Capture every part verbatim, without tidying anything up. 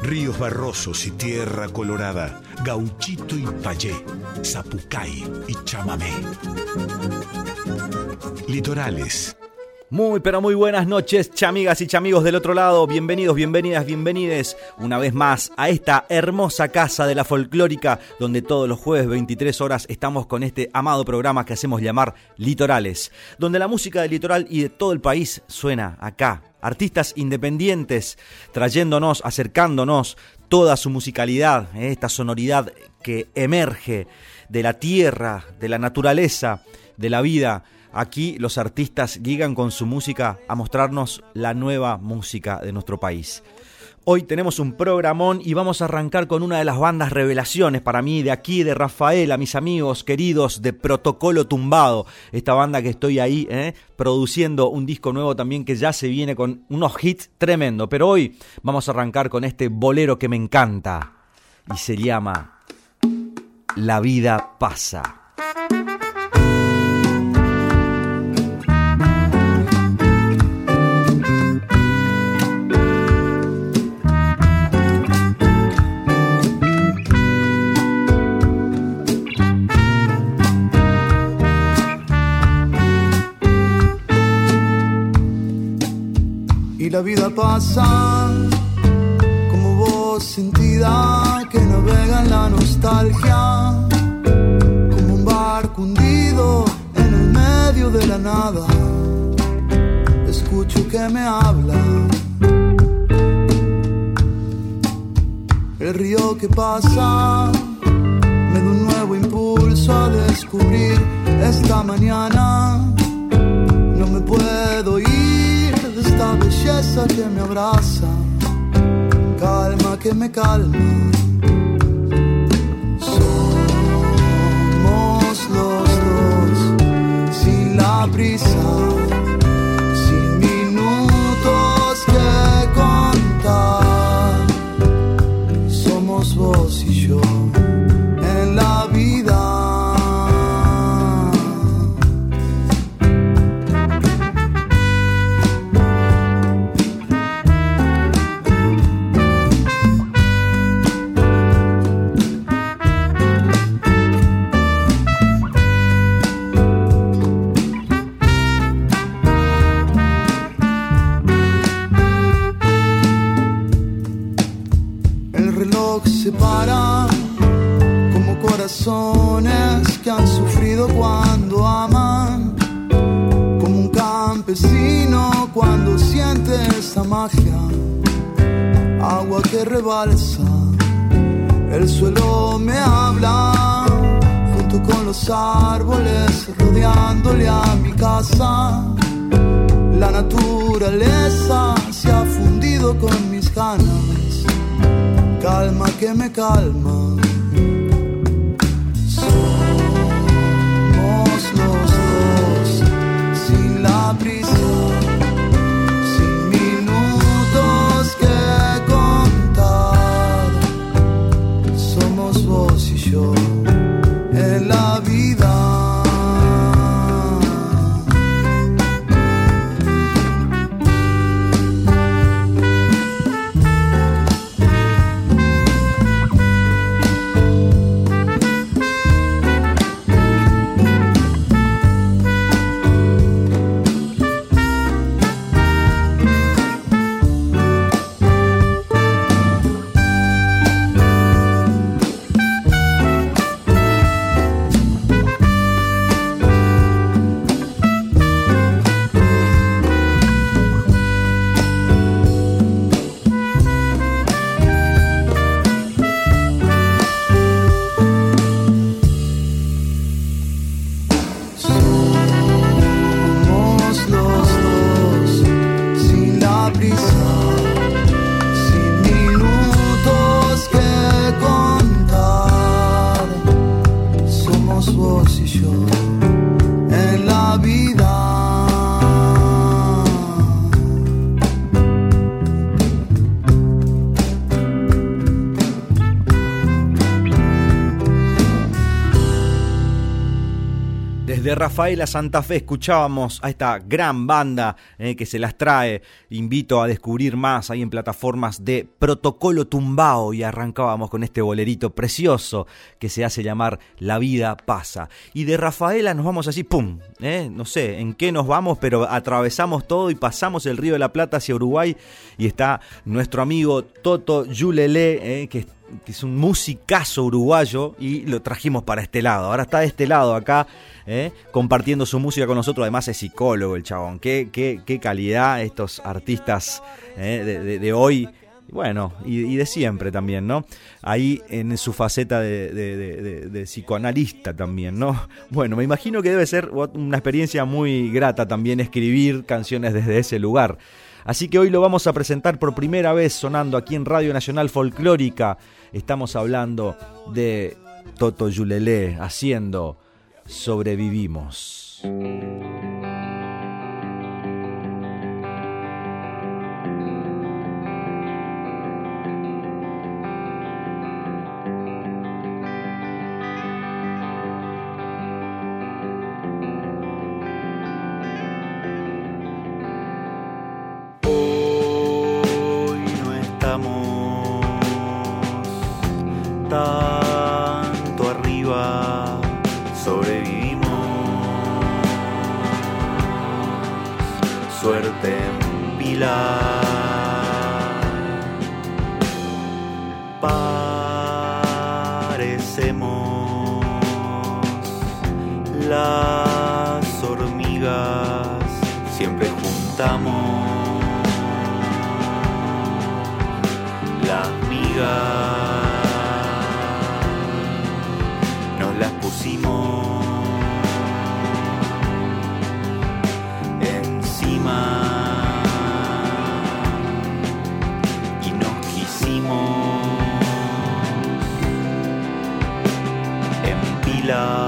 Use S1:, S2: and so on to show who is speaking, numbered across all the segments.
S1: ríos barrosos y tierra colorada, gauchito y payé, zapucay y chamamé. Litorales.
S2: Muy, pero muy buenas noches, chamigas y chamigos del otro lado. Bienvenidos, bienvenidas, bienvenides una vez más a esta hermosa casa de la folclórica, donde todos los jueves veintitrés horas estamos con este amado programa que hacemos llamar Litorales, donde la música del litoral y de todo el país suena acá. Artistas independientes trayéndonos, acercándonos toda su musicalidad, eh, esta sonoridad que emerge de la tierra, de la naturaleza, de la vida. Aquí los artistas llegan con su música a mostrarnos la nueva música de nuestro país. Hoy tenemos un programón y vamos a arrancar con una de las bandas revelaciones para mí de aquí, de Rafaela, mis amigos queridos de Protocolo Tumbado. Esta banda que estoy ahí eh, produciendo un disco nuevo también que ya se viene con unos hits tremendo. Pero hoy vamos a arrancar con este bolero que me encanta y se llama La vida pasa.
S3: La vida pasa como voz sentida que navega en la nostalgia, como un barco hundido en el medio de la nada. Escucho que me habla el río que pasa, me da un nuevo impulso a descubrir esta mañana. No me puedo ir de esta belleza que me abraza, calma que me calma. Somos los dos, sin la prisa, sin minutos que contar. Somos vos y yo en la vida. Se paran como corazones que han sufrido cuando aman, como un campesino cuando siente esa magia, agua que rebalsa, el suelo me habla, junto con los árboles rodeándole a mi casa, la naturaleza se ha fundido con mis ganas. Calma que me calma. Somos los dos, sin la prisa, sin minutos que contar. Somos vos y yo en la vida.
S2: Rafaela Santa Fe escuchábamos a esta gran banda eh, que se las trae. Invito a descubrir más ahí en plataformas de Protocolo Tumbao, y arrancábamos con este bolerito precioso que se hace llamar La Vida Pasa. Y de Rafaela nos vamos así, pum, eh, no sé en qué nos vamos, pero atravesamos todo y pasamos el Río de la Plata hacia Uruguay, y está nuestro amigo Toto Yulelé, eh, que que es un musicazo uruguayo, y lo trajimos para este lado. Ahora está de este lado acá, eh, compartiendo su música con nosotros. Además es psicólogo el chabón. Qué, qué, qué calidad estos artistas eh, de, de, de hoy, bueno, y, y de siempre también, ¿no? Ahí en su faceta de, de, de, de, de psicoanalista también, ¿no? Bueno, me imagino que debe ser una experiencia muy grata también escribir canciones desde ese lugar. Así que hoy lo vamos a presentar por primera vez sonando aquí en Radio Nacional Folclórica. Estamos hablando de Toto Yulelé haciendo Sobrevivimos.
S4: Tanto arriba, sobrevivimos. Suerte en pila. Parecemos las hormigas, siempre juntamos las migas. Las pusimos encima y nos quisimos empilar.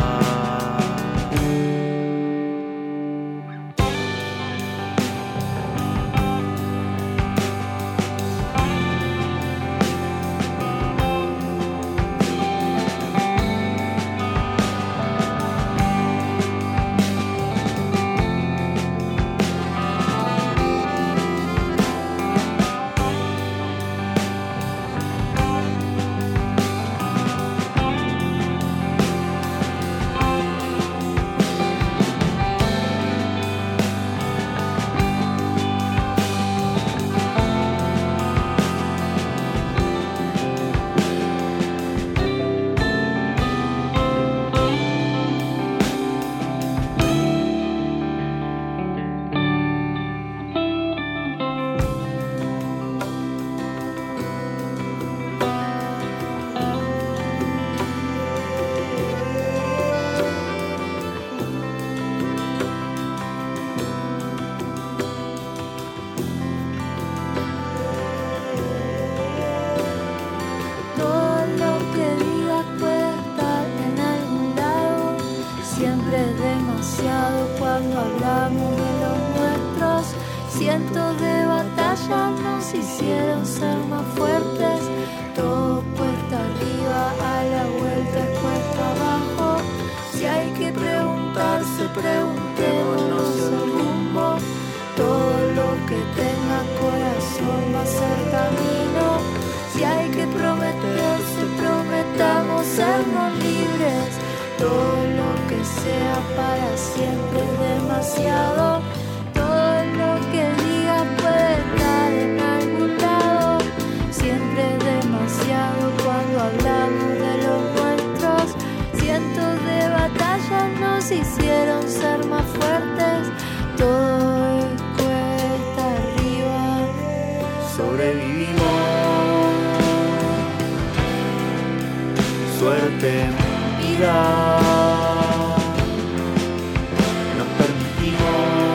S5: Cientos de batallas nos hicieron ser más fuertes. Todo cuesta arriba, a la vuelta es cuesta abajo. Si hay que preguntarse, preguntémonos el rumbo. Todo lo que tenga corazón va a ser camino. Si hay que prometerse, prometamos sernos libres. Todo lo que sea para siempre es demasiado. Que diga puede estar en algún lado. Siempre es demasiado cuando hablamos de los nuestros. Cientos de batallas nos hicieron ser más fuertes. Todo es cuesta arriba.
S4: Sobrevivimos. Suerte en vida. Nos permitimos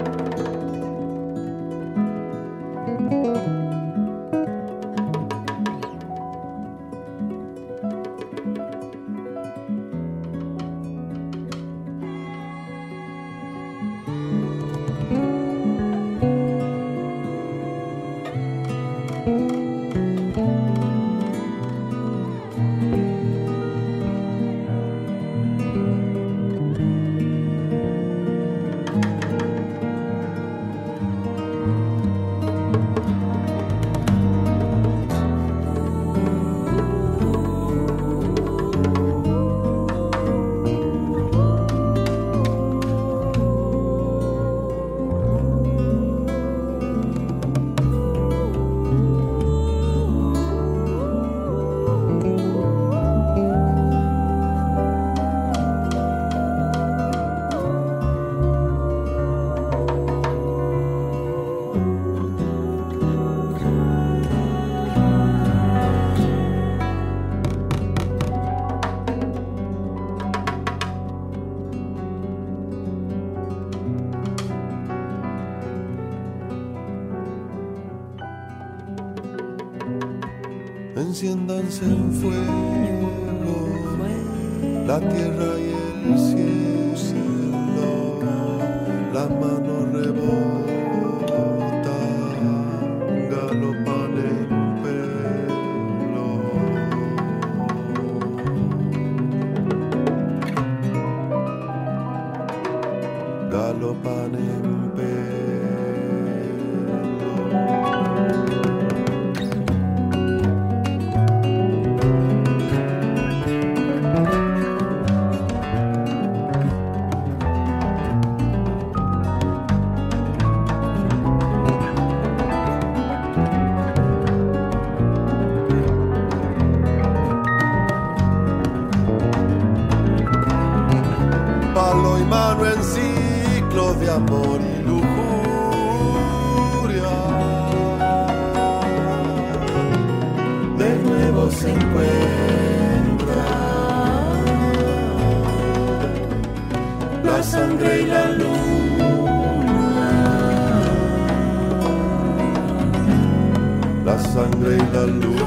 S6: enciéndanse en fuego la tierra y el cielo, las manos rebotan, galopan en pelo. Galopan en palo y mano en ciclos de amor y lujuria. De nuevo se encuentra la sangre y la luna, la sangre y la luna.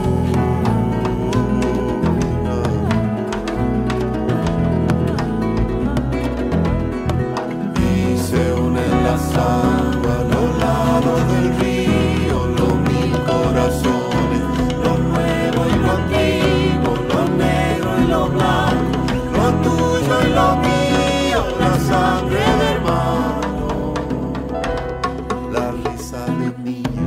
S6: A los lados del río, los mil corazones, lo nuevo y lo antiguo, lo negro y lo blanco, lo tuyo y lo mío, la sangre de hermano, la risa de niño.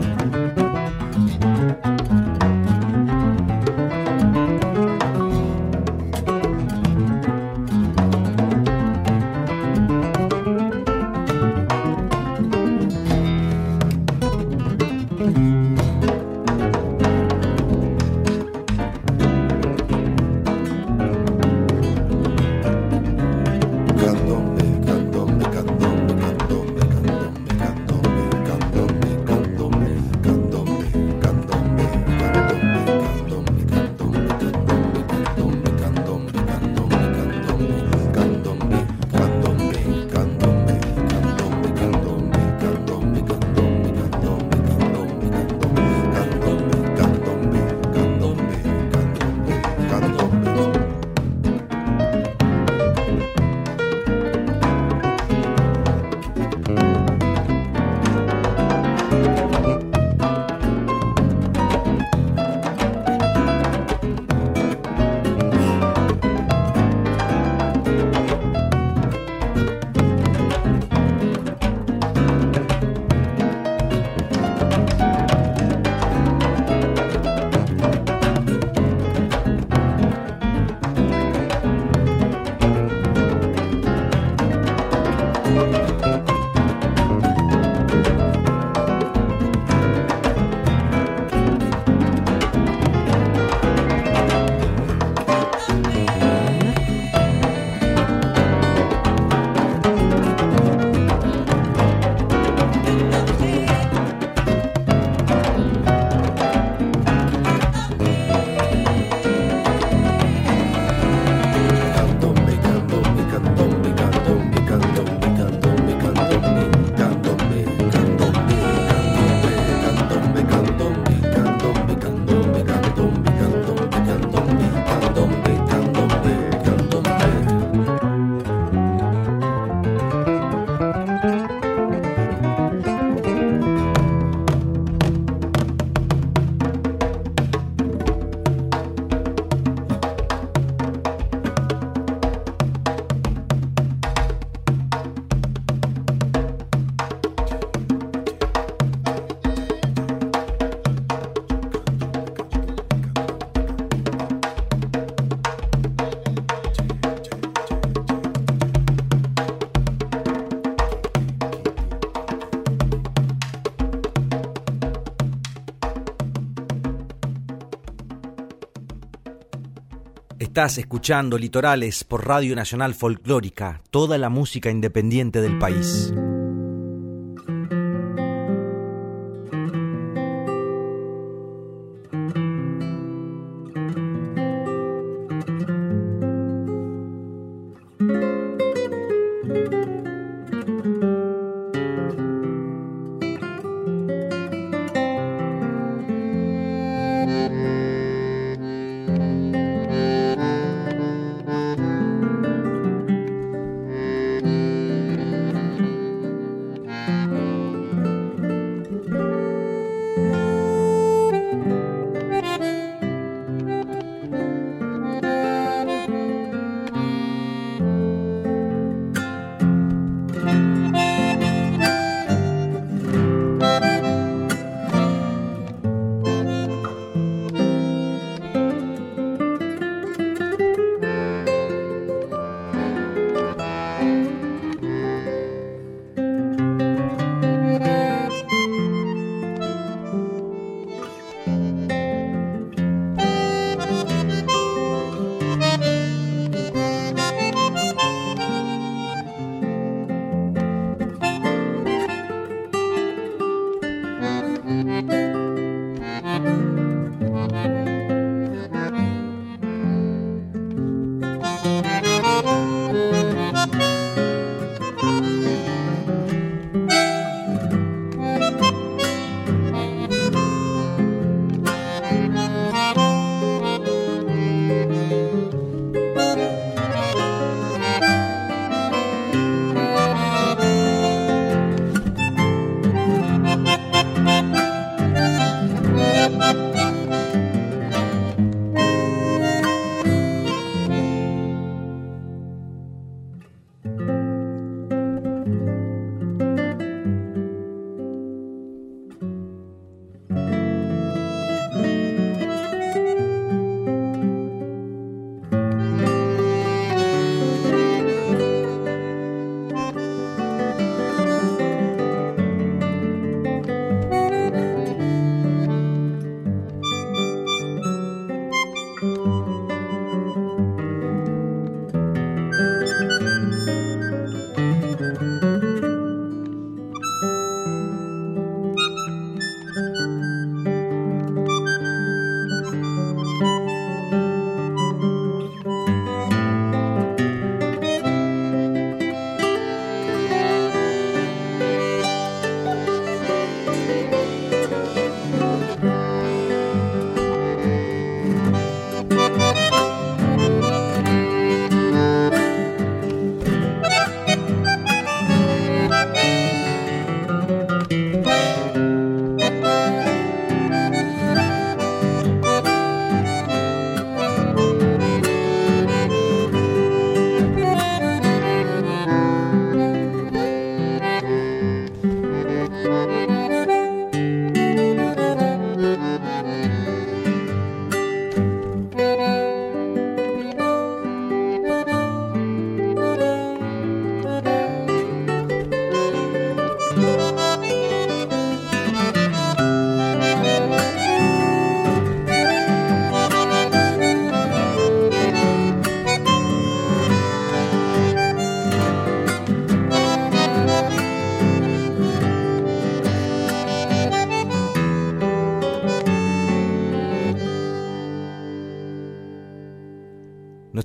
S2: Estás escuchando Litorales por Radio Nacional Folclórica, toda la música independiente del país.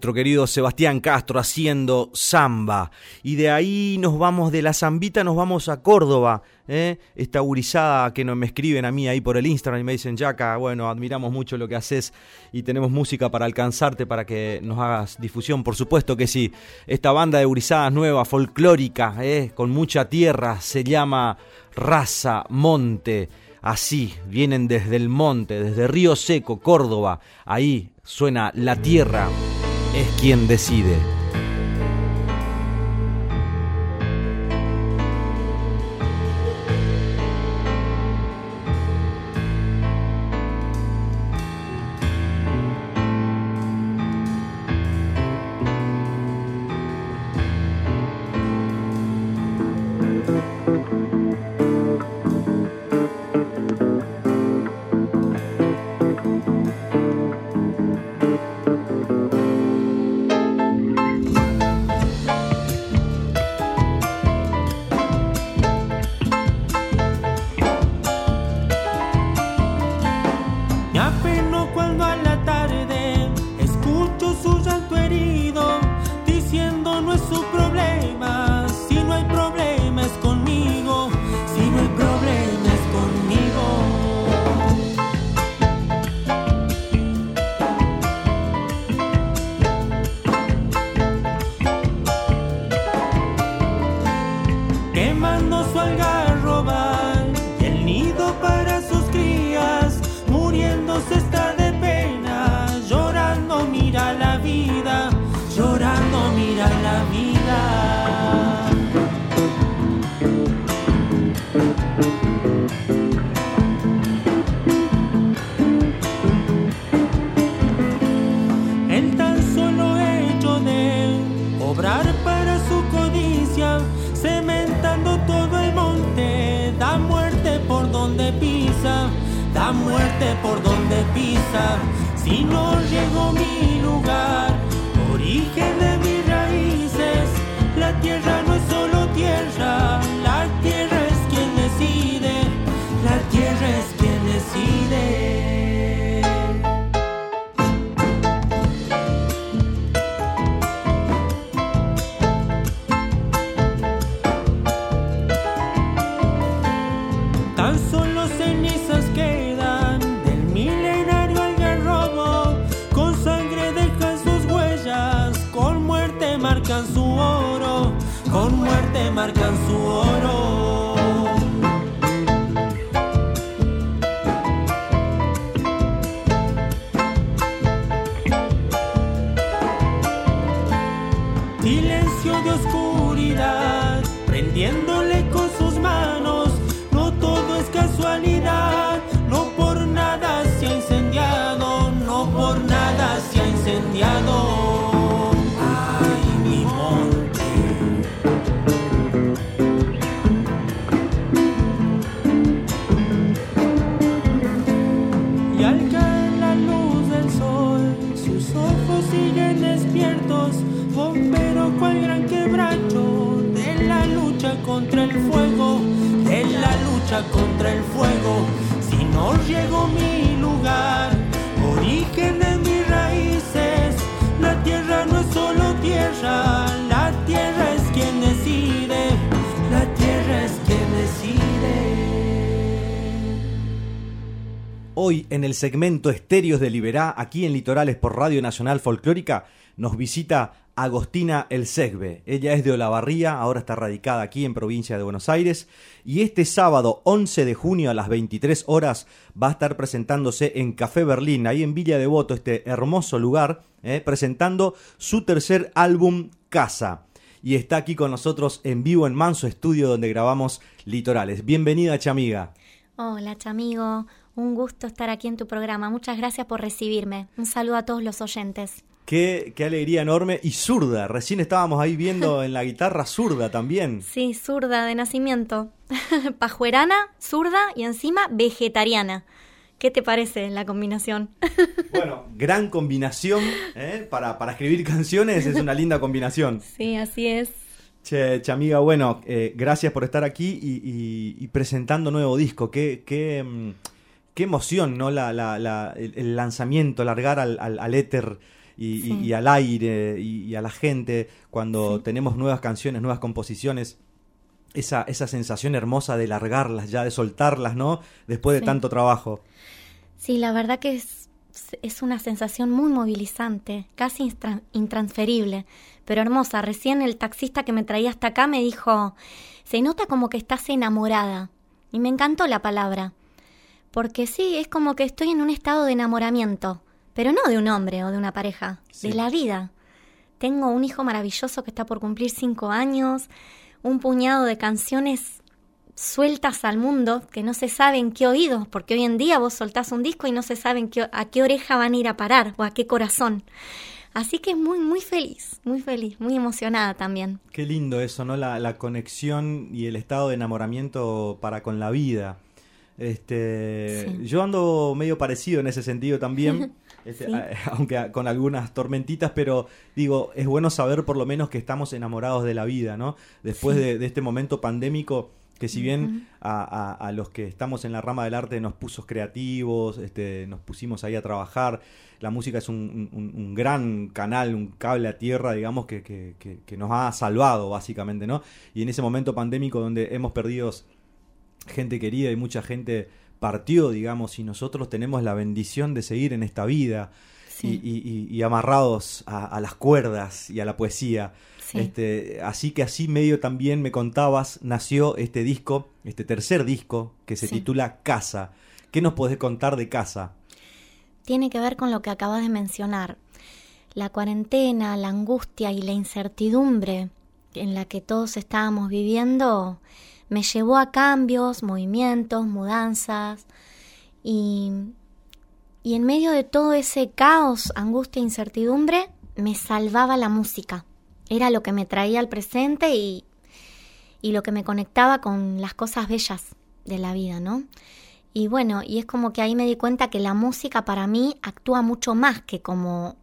S2: nuestro querido Sebastián Castro haciendo samba. Y de ahí nos vamos, de la zambita nos vamos a Córdoba, ¿eh? Esta gurizada que no me escriben a mí ahí por el Instagram y me dicen: Yaca, bueno, admiramos mucho lo que haces y tenemos música para alcanzarte, para que nos hagas difusión. Por supuesto que sí. Esta banda de gurizadas nueva, folclórica, ¿eh? Con mucha tierra, se llama Raza Monte. Así, vienen desde el monte, desde Río Seco, Córdoba. Ahí suena La Tierra es quien decide. Hoy en el segmento Estéreos de Liberá, aquí en Litorales por Radio Nacional Folclórica, nos visita Agostina El Segbe. Ella es de Olavarría, ahora está radicada aquí en provincia de Buenos Aires, y este sábado once de junio a las veintitrés horas va a estar presentándose en Café Berlín, ahí en Villa Devoto, este hermoso lugar, eh, presentando su tercer álbum Casa. Y está aquí con nosotros en vivo en Manso Estudio, donde grabamos Litorales. Bienvenida, Chamiga.
S7: Hola, Chamigo. Un gusto estar aquí en tu programa. Muchas gracias por recibirme. Un saludo a todos los oyentes.
S2: Qué, qué alegría enorme. Y zurda. Recién estábamos ahí viendo en la guitarra zurda también.
S7: Sí, zurda de nacimiento. Pajuerana, zurda y encima vegetariana. ¿Qué te parece la combinación?
S2: Bueno, gran combinación, ¿eh? para, para escribir canciones es una linda combinación.
S7: Sí, así es.
S2: Che, Chamiga, bueno, eh, gracias por estar aquí y, y, y presentando nuevo disco. Qué, qué, qué emoción, ¿no? La, la, la, el, el lanzamiento, largar al, al, al éter y,
S7: Sí.
S2: y, y al aire y, y a la gente, cuando
S7: Sí.
S2: tenemos nuevas canciones, nuevas composiciones, esa, esa sensación hermosa de largarlas ya, de soltarlas, ¿no? Después de
S7: Sí.
S2: tanto trabajo.
S7: Sí, la verdad que es, es una sensación muy movilizante, casi instra- intransferible, pero hermosa. Recién el taxista que me traía hasta acá me dijo, se nota como que estás enamorada. Y me encantó la palabra, porque sí, es como que estoy en un estado de enamoramiento, pero no de un hombre o de una pareja,
S2: Sí.
S7: de la vida. Tengo un hijo maravilloso que está por cumplir cinco años, un puñado de canciones sueltas al mundo que no se sabe en qué oído, porque hoy en día vos soltás un disco y no se sabe en qué, a qué oreja van a ir a parar o a qué corazón. Así que muy, muy feliz, muy feliz, muy emocionada también.
S2: Qué lindo eso, ¿no? La, la conexión y el estado de enamoramiento para con la vida. Este,
S7: Sí.
S2: Yo ando medio parecido en ese sentido también, este,
S7: Sí.
S2: a- aunque a- con algunas tormentitas, pero digo, es bueno saber por lo menos que estamos enamorados de la vida, ¿no? Después
S7: Sí.
S2: de, de este momento pandémico, que si bien
S7: Ujú.
S2: a, a- a los que estamos en la rama del arte nos puso creativos, este, nos pusimos ahí a trabajar, la música es un, un- un gran canal, un cable a tierra, digamos, que, que, que, que nos ha salvado básicamente, ¿no? Y en ese momento pandémico donde hemos perdido gente querida y mucha gente partió, digamos, y nosotros tenemos la bendición de seguir en esta vida
S7: Sí.
S2: y, y- y- y amarrados a, a las cuerdas y a la poesía.
S7: Sí.
S2: Este, así que así medio también me contabas, nació este disco, este tercer disco que se
S7: Sí.
S2: titula Casa. ¿Qué nos podés contar de Casa?
S7: Tiene que ver con lo que acabas de mencionar. La cuarentena, la angustia y la incertidumbre en la que todos estábamos viviendo me llevó a cambios, movimientos, mudanzas y, y en medio de todo ese caos, angustia e incertidumbre me salvaba la música. Era lo que me traía al presente y, y lo que me conectaba con las cosas bellas de la vida, ¿no? Y bueno, y es como que ahí me di cuenta que la música para mí actúa mucho más que como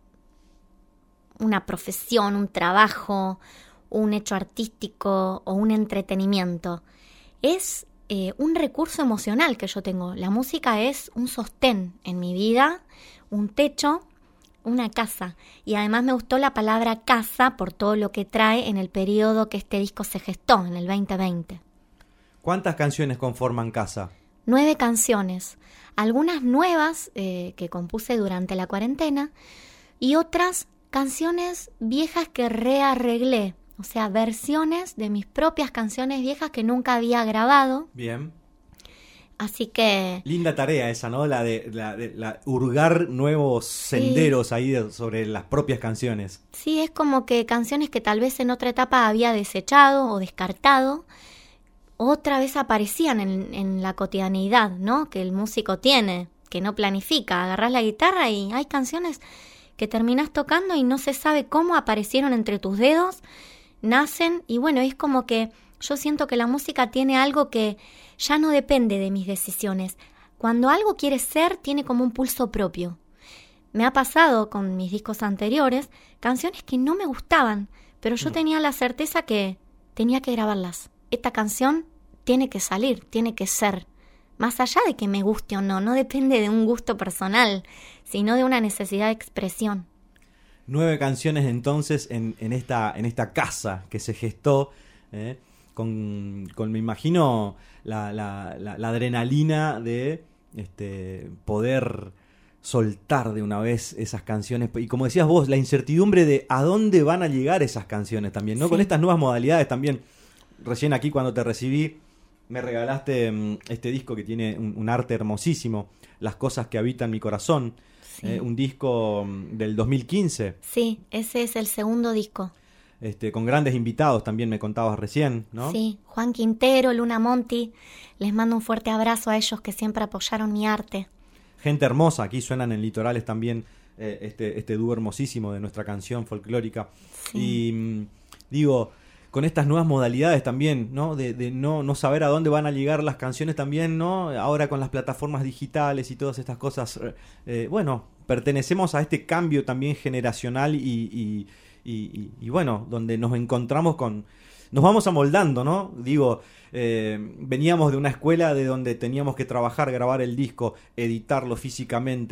S7: una profesión, un trabajo, un hecho artístico o un entretenimiento. Es eh, un recurso emocional que yo tengo. La música es un sostén en mi vida, un techo, una casa. Y además me gustó la palabra casa por todo lo que trae en el periodo que este disco se gestó, en el veinte veinte.
S2: ¿Cuántas canciones conforman Casa?
S7: Nueve canciones, algunas nuevas eh, que compuse durante la cuarentena y otras canciones viejas que rearreglé, o sea, versiones de mis propias canciones viejas que nunca había grabado.
S2: Bien.
S7: Así que
S2: Linda tarea esa, ¿no? La de, la de la, hurgar nuevos senderos ahí de- sobre las propias canciones.
S7: sí, es como que canciones que tal vez en otra etapa había desechado o descartado, otra vez aparecían en, en la cotidianeidad, ¿no? Que el músico tiene, que no planifica. Agarrás la guitarra y hay canciones que terminás tocando y no se sabe cómo aparecieron entre tus dedos, nacen y bueno, es como que yo siento que la música tiene algo que ya no depende de mis decisiones. Cuando algo quiere ser, tiene como un pulso propio. Me ha pasado con mis discos anteriores, canciones que no me gustaban, pero yo tenía la certeza que tenía que grabarlas. Esta canción tiene que salir, tiene que ser. Más allá de que me guste o no, no depende de un gusto personal, sino de una necesidad de expresión.
S2: Nueve canciones entonces en, en, esta, en esta casa que se gestó, ¿eh? con, con, me imagino, la, la, la, la adrenalina de este, poder soltar de una vez esas canciones. Y como decías vos, la incertidumbre de a dónde van a llegar esas canciones también, ¿no?
S7: Sí.
S2: Con estas nuevas modalidades también. Recién aquí cuando te recibí me regalaste um, este disco que tiene un, un arte hermosísimo, Las cosas que habitan mi corazón.
S7: Sí.
S2: Eh, un disco um, del dos mil quince,
S7: Sí, ese es el segundo disco.
S2: este, con grandes invitados también me contabas recién, ¿no?
S7: Sí, Juan Quintero, Luna Monti, les mando un fuerte abrazo a ellos que siempre apoyaron mi arte.
S2: Gente hermosa, aquí suenan en Litorales también eh, este, este dúo hermosísimo de nuestra canción folclórica.
S7: Sí.
S2: Y mm, digo, con estas nuevas modalidades también, ¿no? De, de no, no saber a dónde van a llegar las canciones también, ¿no? Ahora con las plataformas digitales y todas estas cosas, eh, bueno, pertenecemos a este cambio también generacional y, y, y, y, y bueno, donde nos encontramos con... Nos vamos amoldando, ¿no? Digo, eh, veníamos de una escuela de donde teníamos que trabajar, grabar el disco, editarlo físicamente,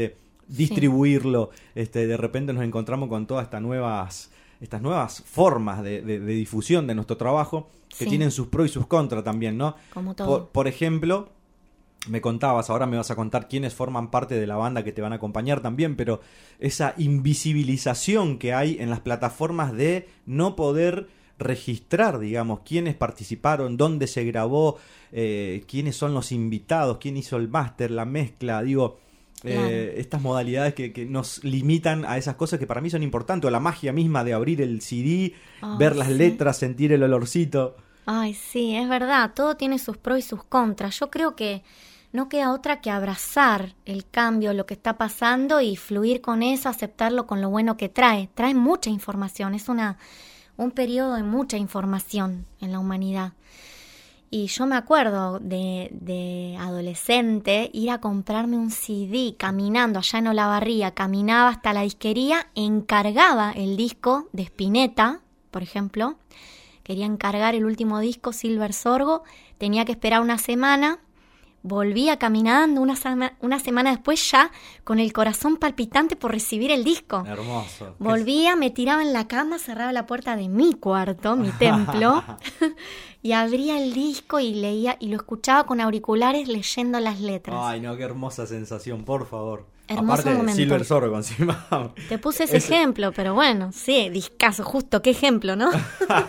S2: distribuirlo. Sí. Este, de repente nos encontramos con todas estas nuevas, estas nuevas formas de, de, de difusión de nuestro trabajo que sí. tienen sus pros y sus contras también, ¿no?
S7: Como todo.
S2: Por, por ejemplo, me contabas, ahora me vas a contar quiénes forman parte de la banda que te van a acompañar también, pero esa invisibilización que hay en las plataformas de no poder registrar, digamos, quiénes participaron, dónde se grabó, eh, quiénes son los invitados, quién hizo el máster, la mezcla, digo, claro. eh, estas modalidades que, que nos limitan a esas cosas que para mí son importantes, o la magia misma de abrir el C D, oh, ver las sí. letras, sentir el olorcito.
S7: Ay, sí, es verdad, todo tiene sus pros y sus contras. Yo creo que no queda otra que abrazar el cambio, lo que está pasando y fluir con eso, aceptarlo con lo bueno que trae. Trae mucha información, es una un periodo de mucha información en la humanidad. Y yo me acuerdo de, de adolescente ir a comprarme un C D caminando allá en Olavarría, caminaba hasta la disquería, encargaba el disco de Spinetta, por ejemplo, quería encargar el último disco, Silver Sorgo, tenía que esperar una semana, volvía caminando una, sema- una semana después ya con el corazón palpitante por recibir el disco.
S2: Hermoso.
S7: Volvía, me tiraba en la cama, cerraba la puerta de mi cuarto, mi templo, y abría el disco y leía y lo escuchaba con auriculares leyendo las letras.
S2: Ay, no, qué hermosa sensación, por favor.
S7: Hermoso
S2: Aparte
S7: momento.
S2: Silver Sorgo encima.
S7: Te puse ese, ese ejemplo, pero bueno, sí, discazo, justo, qué ejemplo, ¿no?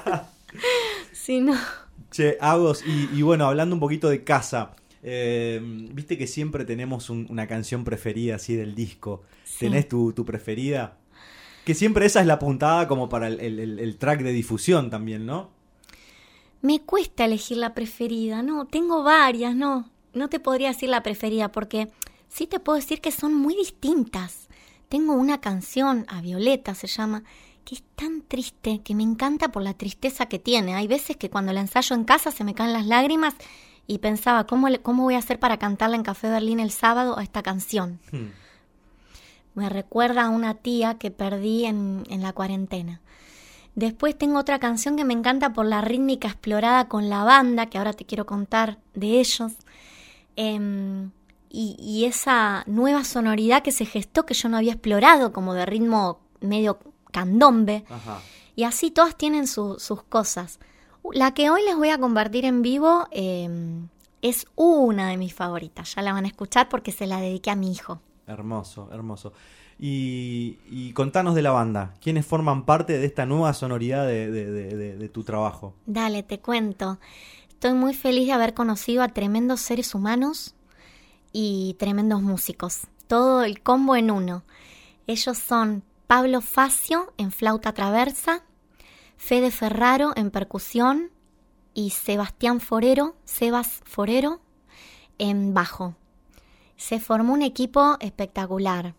S7: Sí, no.
S2: Che, Agos, y, y bueno, hablando un poquito de casa, eh, viste que siempre tenemos un, una canción preferida así del disco. Sí. ¿Tenés tu, tu preferida? Que siempre esa es la puntada como para el, el, el track de difusión también, ¿no?
S7: Me cuesta elegir la preferida, no, tengo varias, no, no te podría decir la preferida porque sí te puedo decir que son muy distintas. Tengo una canción, A Violeta se llama, que es tan triste, que me encanta por la tristeza que tiene. Hay veces que cuando la ensayo en casa se me caen las lágrimas y pensaba, ¿cómo, le, cómo voy a hacer para cantarla en Café Berlín el sábado a esta canción? Hmm. Me recuerda a una tía que perdí en, en la cuarentena. Después tengo otra canción que me encanta por la rítmica explorada con la banda, que ahora te quiero contar de ellos. Eh, y, y esa nueva sonoridad que se gestó, que yo no había explorado, como de ritmo medio candombe. Ajá. Y así todas tienen su, sus cosas. La que hoy les voy a compartir en vivo eh, es una de mis favoritas. Ya la van a escuchar porque se la dediqué a mi hijo.
S2: Hermoso, hermoso. Y, y contanos de la banda. ¿Quiénes forman parte de esta nueva sonoridad de, de, de, de, de tu trabajo?
S7: Dale, te cuento. Estoy muy feliz de haber conocido a tremendos seres humanos y tremendos músicos. Todo el combo en uno. Ellos son Pablo Facio en flauta traversa, Fede Ferraro en percusión y Sebastián Forero, Sebas Forero en bajo. Se formó un equipo espectacular.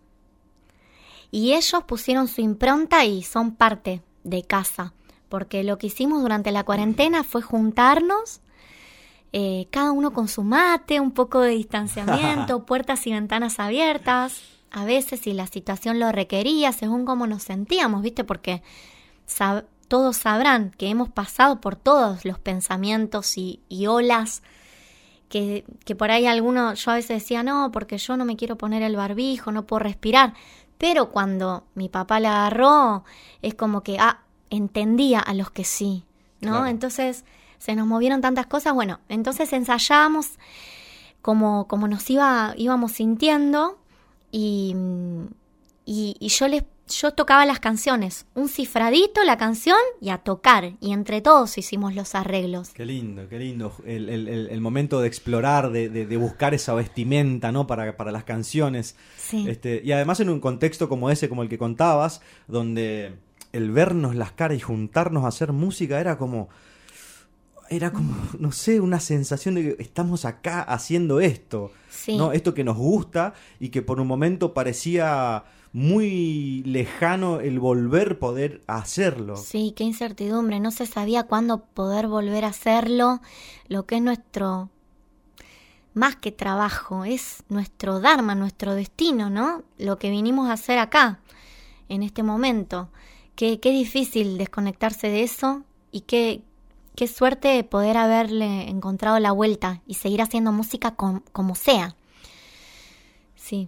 S7: Y ellos pusieron su impronta y son parte de casa, porque lo que hicimos durante la cuarentena fue juntarnos, eh, cada uno con su mate, un poco de distanciamiento, puertas y ventanas abiertas, a veces si la situación lo requería, según cómo nos sentíamos, ¿viste? Porque sab- todos sabrán que hemos pasado por todos los pensamientos y, y olas, que, que por ahí alguno, yo a veces decía, no, porque yo no me quiero poner el barbijo, no puedo respirar. Pero cuando mi papá la agarró, es como que, ah, entendía a los que sí, ¿no? Claro. Entonces, se nos movieron tantas cosas. Bueno, entonces ensayábamos como, como nos iba, íbamos sintiendo y, y, y yo les yo tocaba las canciones, un cifradito la canción y a tocar. Y entre todos hicimos los arreglos.
S2: Qué lindo, qué lindo. El, el, el momento de explorar, de, de, de buscar esa vestimenta, ¿no? Para, para las canciones.
S7: Sí.
S2: Este, y además en un contexto como ese, como el que contabas, donde el vernos las caras y juntarnos a hacer música era como... Era como, no sé, una sensación de que estamos acá haciendo esto.
S7: Sí.
S2: ¿No? Esto que nos gusta y que por un momento parecía muy lejano el volver poder hacerlo.
S7: Sí, qué incertidumbre. No se sabía cuándo poder volver a hacerlo. Lo que es nuestro, más que trabajo, es nuestro dharma, nuestro destino, ¿no? Lo que vinimos a hacer acá, en este momento. Qué, qué difícil desconectarse de eso y qué... Qué suerte poder haberle encontrado la vuelta y seguir haciendo música con, como sea. Sí.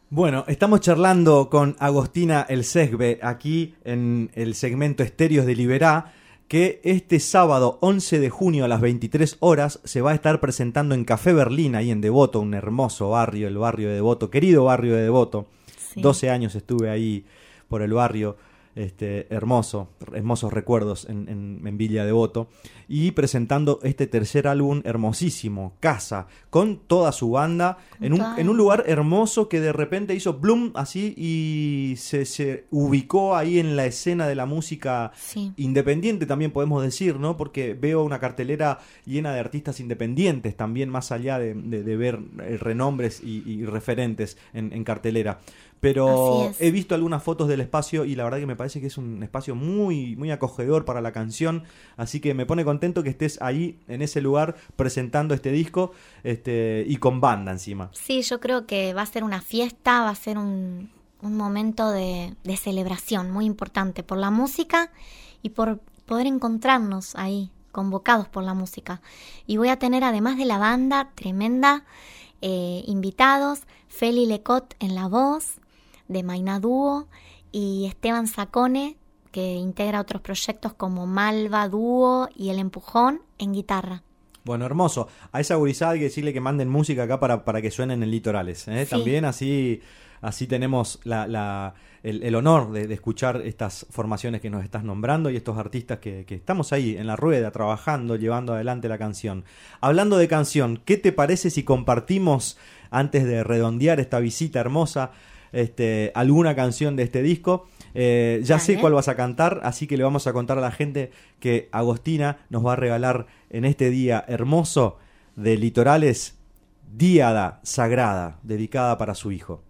S2: Bueno, estamos charlando con Agostina El Segbe aquí en el segmento Estéreos de Liberá, que este sábado once de junio a las veintitrés horas se va a estar presentando en Café Berlín, ahí en Devoto, un hermoso barrio, el barrio de Devoto, querido barrio de Devoto. Sí. doce años estuve ahí por el barrio, este hermoso, hermosos recuerdos en, en, en Villa Devoto, y presentando este tercer álbum hermosísimo, Casa, con toda su banda, en un, en un lugar hermoso que de repente hizo bloom así y se, se ubicó ahí en la escena de la música sí. independiente, también podemos decir, ¿no? Porque veo una cartelera llena de artistas independientes también, más allá de, de, de ver renombres y, y referentes en, en cartelera. Pero he visto algunas fotos del espacio y la verdad que me parece que es un espacio muy, muy acogedor para la canción, así que me pone contento que estés ahí en ese lugar presentando este disco este, y con banda encima.
S7: Sí, yo creo que va a ser una fiesta, va a ser un, un momento de, de celebración muy importante por la música y por poder encontrarnos ahí, convocados por la música. Y voy a tener, además de la banda tremenda, eh, invitados, Feli Lecot en la voz, de Mainá Dúo, y Esteban Sacone, que integra otros proyectos como Malva Dúo y El Empujón en guitarra.
S2: Bueno, hermoso. A esa gurizada hay que decirle que manden música acá para, para que suenen en Litorales, ¿eh? Sí. También así, así tenemos la, la, el, el honor de, de escuchar estas formaciones que nos estás nombrando y estos artistas que, que estamos ahí en la rueda, trabajando, llevando adelante la canción. Hablando de canción, ¿qué te parece si compartimos, antes de redondear esta visita hermosa, Este, alguna canción de este disco? Eh, ya vale. sé cuál vas a cantar, así que le vamos a contar a la gente que Agostina nos va a regalar en este día hermoso de Litorales, Díada Sagrada, dedicada para su hijo.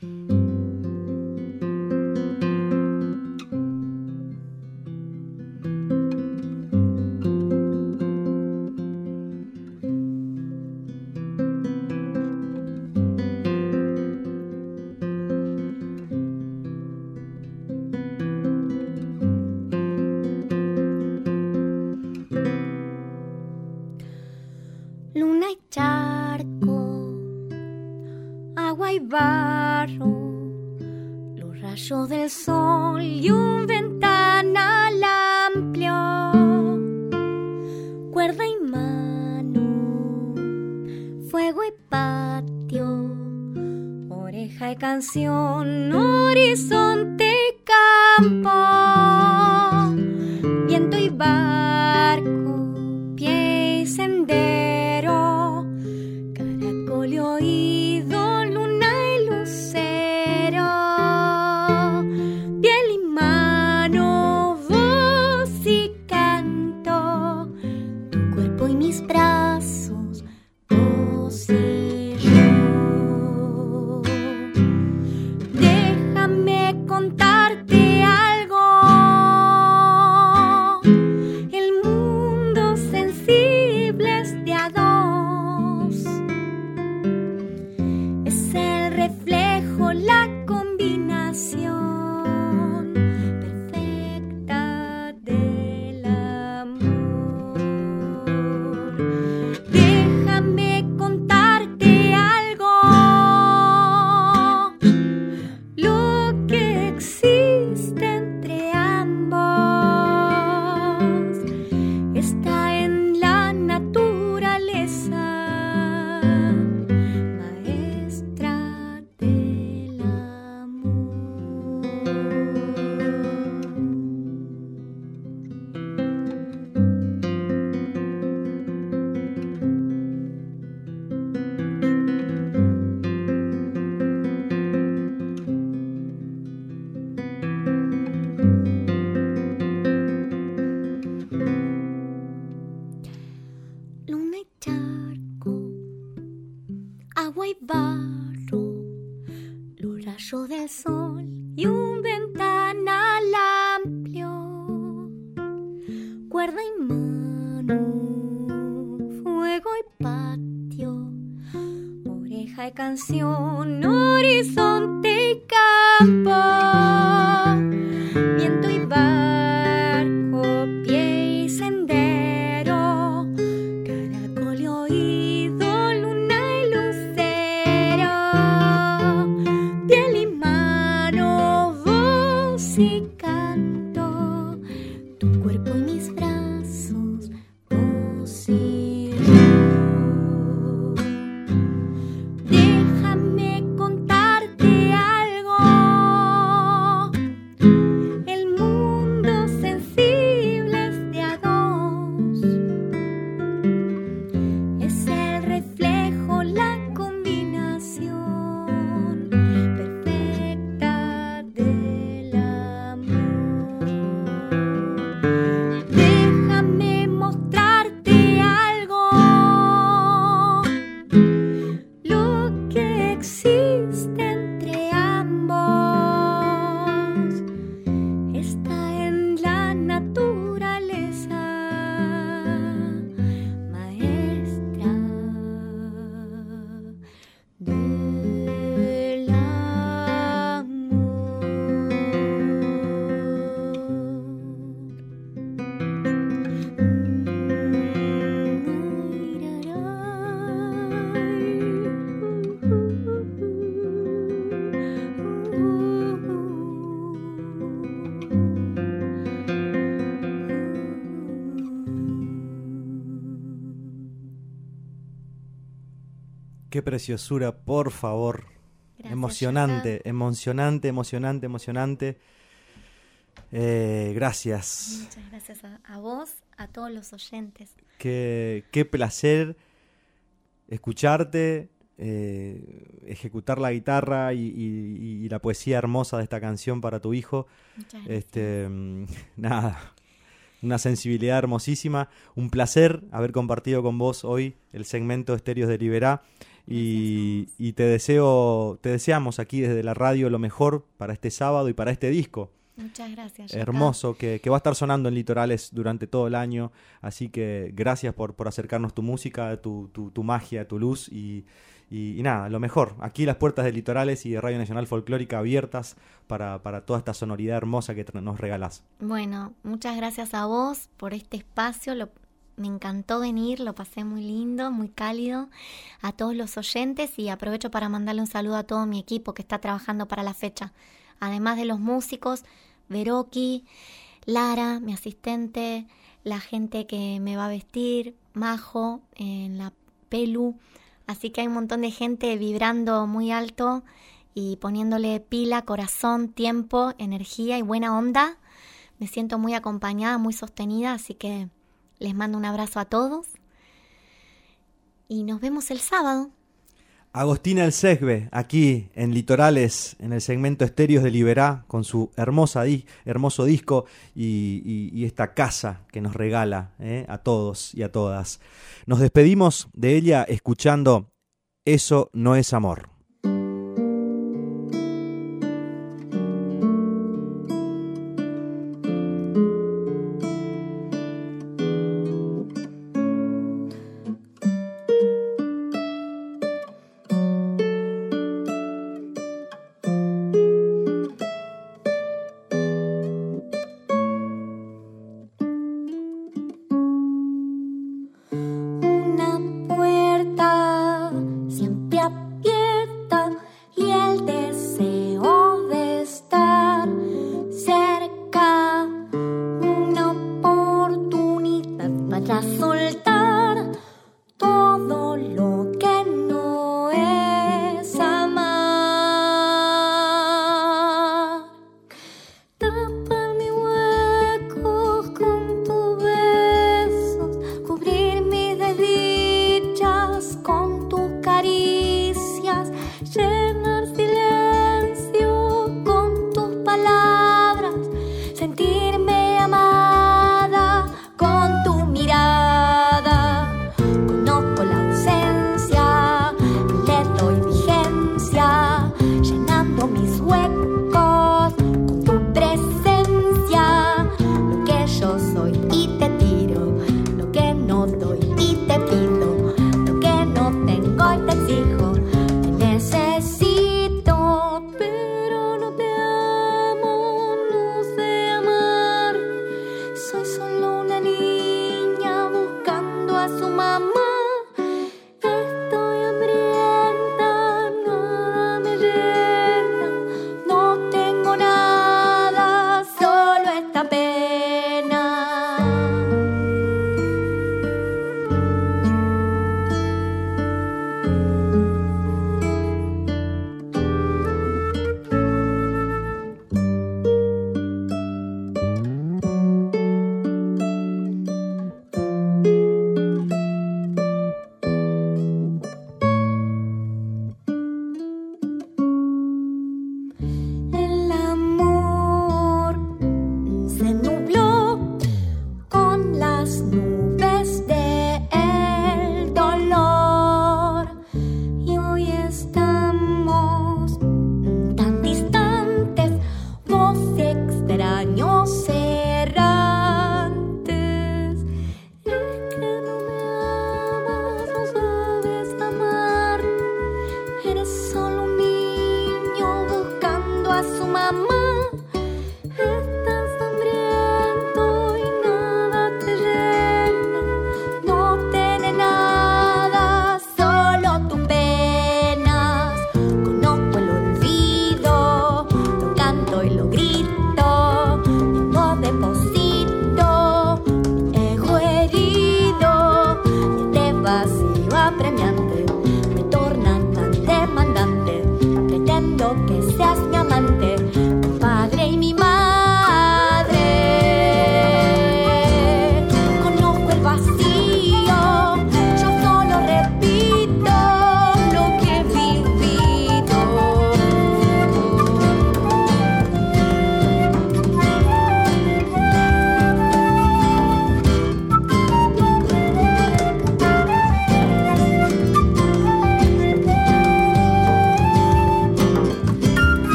S5: Del sol y un ventanal amplio, cuerda y mano, fuego y patio, oreja y canción, horizonte y campo, viento y barco, pie y sendero, caracol y oído, luna y lucero. Brazos, vos y yo. Déjame contarte algo. El mundo sensible es de a dos. Es el reflejo, la combinación perfecta del amor. Déjame contarte algo. Lo que existe entre ambos está en la naturaleza, maestra del amor. Luna y charco, agua y barro, los rayos del sol y un ventanal amplio, cuerda y mano, fuego y patio, oreja y canción, horizonte y campo, viento y barco, pie y sendero, caracol y oído, luna y lucero,
S7: tu cuerpo y mis brazos, vos y yo. Déjame contarte algo. El mundo sensible es de a dos. Es el reflejo, la combinación perfecta del amor. Déjame mostrarte algo. Lo que existe entre ambos está en la naturaleza maestra del
S2: Qué preciosura, por favor.
S7: Gracias,
S2: Emocionante,
S7: Yaka.
S2: emocionante, emocionante, emocionante. Eh, gracias.
S7: Muchas gracias a, a vos, a todos los oyentes.
S2: Qué, qué placer escucharte, eh, ejecutar la guitarra y, y- y la poesía hermosa de esta canción para tu hijo.
S7: Muchas gracias.
S2: Este, mm, nada, una sensibilidad hermosísima. Un placer haber compartido con vos hoy el segmento Estéreos de Liberá. Y,
S7: Gracias a vos.
S2: y te deseo, te deseamos aquí desde la radio lo mejor para este sábado y para este disco.
S7: Muchas gracias. Yaka.
S2: Hermoso, que, que va a estar sonando en Litorales durante todo el año, así que gracias por, por acercarnos tu música, tu, tu, tu magia, tu luz y, y, y nada, lo mejor, aquí las puertas de Litorales y de Radio Nacional Folclórica abiertas para, para toda esta sonoridad hermosa que tra- nos regalás.
S7: Bueno, muchas gracias a vos por este espacio. Lo, me encantó venir, lo pasé muy lindo, muy cálido. A todos los oyentes y aprovecho para mandarle un saludo a todo mi equipo que está trabajando para la fecha. Además de los músicos, Veroki, Lara, mi asistente, la gente que me va a vestir, Majo, en la Pelu. Así que hay un montón de gente vibrando muy alto y poniéndole pila, corazón, tiempo, energía y buena onda. Me siento muy acompañada, muy sostenida, así que les mando un abrazo a todos. Y nos vemos el sábado.
S2: Agostina El Segbe, aquí en Litorales, en el segmento Estéreos de Liberá, con su hermosa di- hermoso disco y, y- y esta casa que nos regala eh, a todos y a todas. Nos despedimos de ella escuchando Eso no es amor.
S5: Una puerta siempre abierta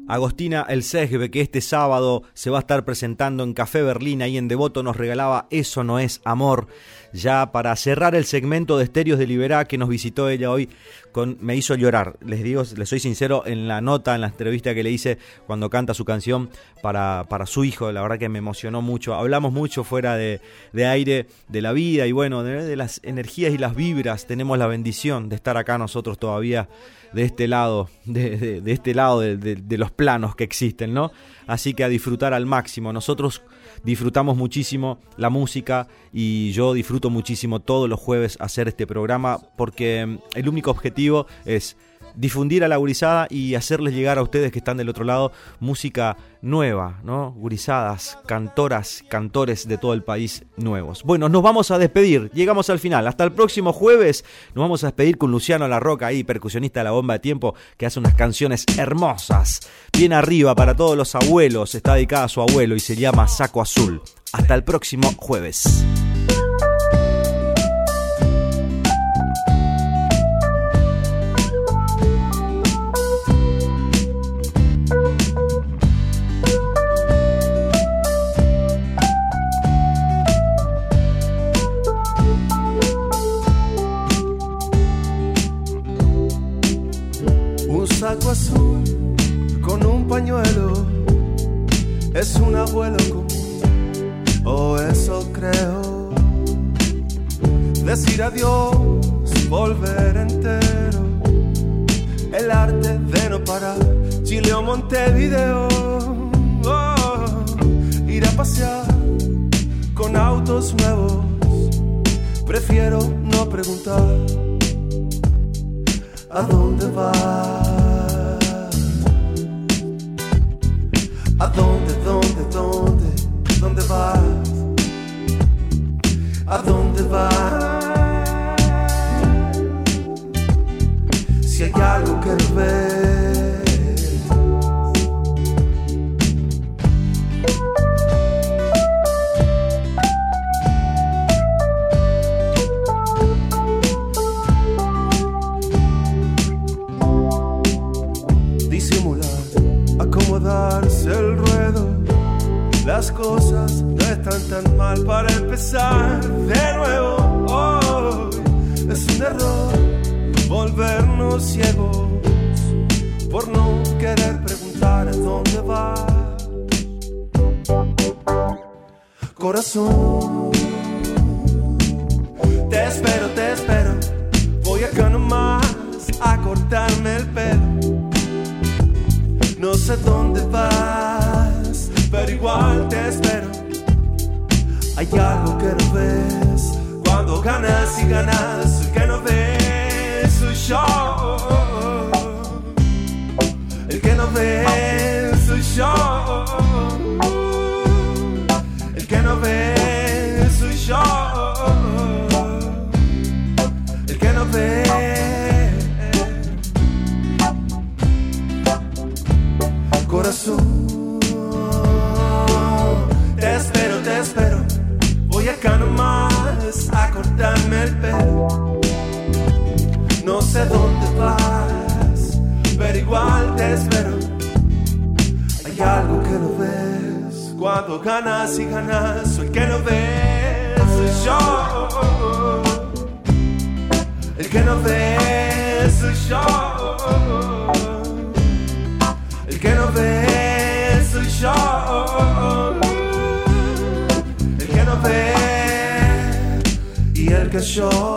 S2: Agostina El Segbe, que este sábado se va a estar presentando en Café Berlín, ahí en Devoto, nos regalaba Eso no es amor. Ya para cerrar el segmento de Estéreos de Liberá que nos visitó ella hoy, con, me hizo llorar. Les digo, les soy sincero, en la nota, en la entrevista que le hice cuando canta su canción para, para su hijo, la verdad que me emocionó mucho. Hablamos mucho fuera de, de aire de la vida y bueno, de, de las energías y las vibras. Tenemos la bendición de estar acá nosotros todavía de este lado, de, de, de este lado de, de, de los planos que existen, ¿no? Así que a disfrutar al máximo. Nosotros disfrutamos muchísimo la música y yo disfruto muchísimo todos los jueves hacer este programa porque el único objetivo es difundir a la gurizada y hacerles llegar a ustedes que están del otro lado música nueva, ¿no? Gurizadas, cantoras, cantores de todo el país nuevos. Bueno, nos vamos a despedir, llegamos al final. Hasta el próximo jueves nos vamos a despedir con Luciano La Roca, ahí, percusionista de La Bomba de Tiempo, que hace unas canciones hermosas. Bien arriba para todos los abuelos, está dedicada a su abuelo y se llama Saco Azul. Hasta el próximo jueves.
S6: Saco azul con un pañuelo es un abuelo común, o eso creo. Decir adiós, volver entero, el arte de no parar, Chile o Montevideo. Oh, ir a pasear con autos nuevos, prefiero no preguntar a dónde vas. ¿A dónde, dónde, dónde, dónde vas? ¿A dónde vas? Si hay algo que no ves. Disimular, acomodarse el ruedo, las cosas no están tan mal para empezar de nuevo. Oh, es un error volvernos ciegos por no querer preguntar a dónde vas. Corazón, te espero, te espero, voy acá nomás a cortarme el pelo. No sé dónde vas, pero igual te espero. Hay algo que no ves cuando ganas y ganas. El que no ves soy yo. El que no ves soy yo. El que no ves soy yo. El que no ves. Corazón, te espero, te espero, voy acá nomás a cortarme el pelo. No sé dónde vas, pero igual te espero. Hay algo que no ves cuando ganas y ganas. Soy el que no ves, soy yo. El que no ves, soy yo. El que no ve soy yo. El que no ve y el que yo